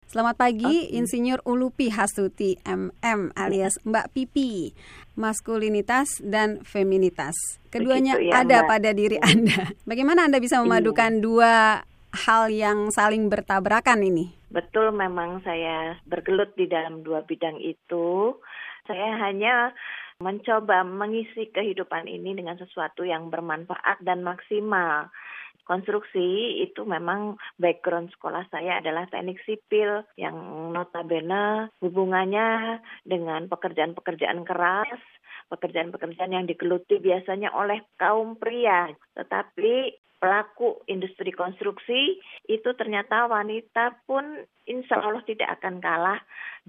Selamat pagi, Insinyur Ulupi Hasuti MM alias Mbak Pipi. Maskulinitas dan feminitas. Keduanya ya, ada Mbak. pada diri Anda. Bagaimana Anda bisa memadukan dua hal yang saling bertabrakan ini? Betul, memang saya bergelut di dalam dua bidang itu. Saya hanya mencoba mengisi kehidupan ini dengan sesuatu yang bermanfaat dan maksimal. Konstruksi itu memang background sekolah saya adalah teknik sipil yang notabene hubungannya dengan pekerjaan-pekerjaan keras, pekerjaan-pekerjaan yang digeluti biasanya oleh kaum pria. Tetapi pelaku industri konstruksi itu ternyata wanita pun insya Allah tidak akan kalah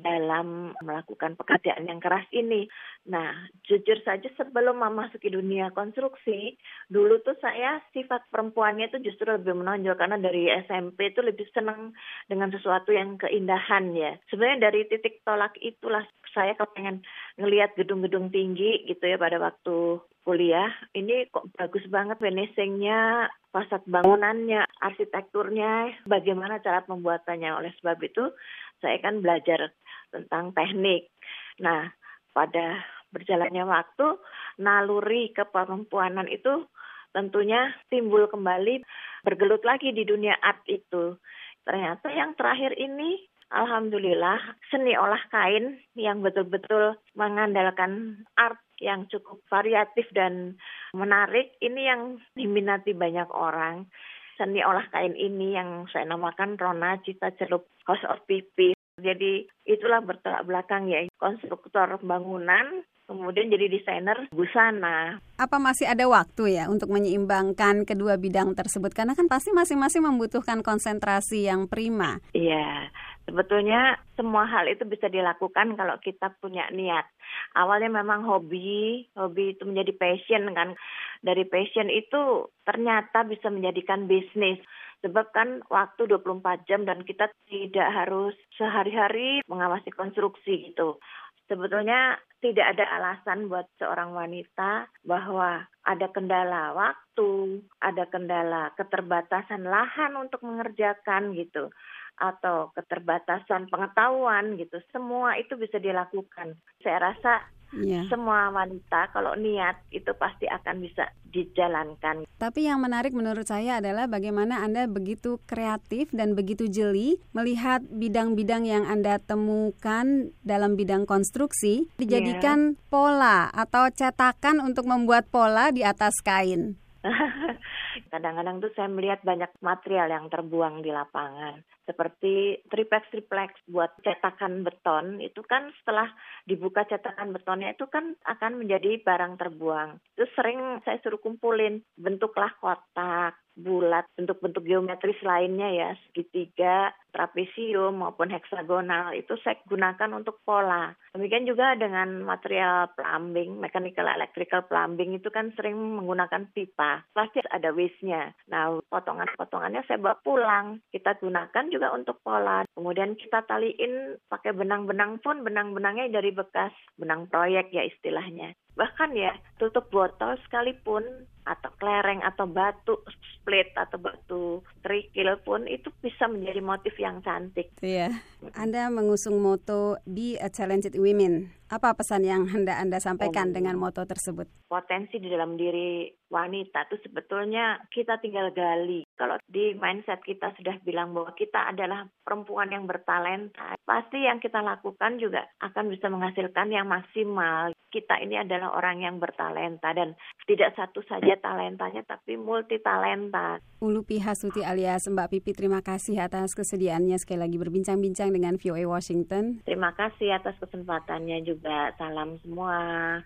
dalam melakukan pekerjaan yang keras ini. Nah, jujur saja sebelum memasuki dunia konstruksi, dulu tuh saya sifat perempuannya itu justru lebih menonjol karena dari SMP itu lebih senang dengan sesuatu yang keindahan ya. Sebenarnya dari titik tolak itulah saya kepengen ngelihat gedung-gedung tinggi gitu ya pada waktu kuliah. Ini kok bagus banget finishingnya, fasad bangunannya, arsitekturnya, bagaimana cara pembuatannya. Oleh sebab itu saya kan belajar tentang teknik. Nah, pada berjalannya waktu, naluri keperempuanan itu tentunya timbul kembali, bergelut lagi di dunia art itu. Ternyata yang terakhir ini, alhamdulillah, seni olah kain yang betul-betul mengandalkan art yang cukup variatif dan menarik, ini yang diminati banyak orang. Seni olah kain ini yang saya namakan Rona Cita Celup House of Pipi. Jadi itulah bertolak belakang ya, konstruktor bangunan, kemudian jadi desainer busana. Apa masih ada waktu ya untuk menyeimbangkan kedua bidang tersebut? Karena kan pasti masing-masing membutuhkan konsentrasi yang prima. Iya, sebetulnya semua hal itu bisa dilakukan kalau kita punya niat. Awalnya memang hobi itu menjadi passion kan. Dari passion itu ternyata bisa menjadikan bisnis. Sebab kan waktu 24 jam dan kita tidak harus sehari-hari mengawasi konstruksi gitu. Sebetulnya tidak ada alasan buat seorang wanita bahwa ada kendala waktu, ada kendala keterbatasan lahan untuk mengerjakan gitu, atau keterbatasan pengetahuan gitu. Semua itu bisa dilakukan. Saya rasa semua wanita kalau niat itu pasti akan bisa dijalankan. Tapi yang menarik menurut saya adalah bagaimana Anda begitu kreatif dan begitu jeli melihat bidang-bidang yang Anda temukan dalam bidang konstruksi dijadikan pola atau cetakan untuk membuat pola di atas kain. Kadang-kadang tuh saya melihat banyak material yang terbuang di lapangan. Seperti triplex buat cetakan beton, itu kan setelah dibuka cetakan betonnya itu kan akan menjadi barang terbuang. Itu sering saya suruh kumpulin, bentuklah kotak, bulat, bentuk-bentuk geometris lainnya ya, segitiga, trapesium maupun heksagonal, itu saya gunakan untuk pola. Demikian juga dengan material plumbing, mechanical electrical plumbing itu kan sering menggunakan pipa. Pasti ada waste-nya. Nah, potongan-potongannya saya bawa pulang. Kita gunakan juga untuk pola. Kemudian kita taliin pakai benang-benang pun, benang-benangnya dari bekas benang proyek ya istilahnya. Bahkan ya, tutup botol sekalipun, atau kelereng, atau batu split, atau batu kerikil pun, itu bisa menjadi motif yang cantik. Iya. Anda mengusung moto Be a Talented Women. Apa pesan yang hendak Anda sampaikan dengan moto tersebut? Potensi di dalam diri wanita itu sebetulnya kita tinggal gali. Kalau di mindset kita sudah bilang bahwa kita adalah perempuan yang bertalenta, pasti yang kita lakukan juga akan bisa menghasilkan yang maksimal. Kita ini adalah orang yang bertalenta dan tidak satu saja talentanya tapi multi talenta. Ulupi Hasuti alias Mbak Pipi, terima kasih atas kesediaannya sekali lagi berbincang-bincang dengan VOA Washington. Terima kasih atas kesempatannya juga. Salam semua.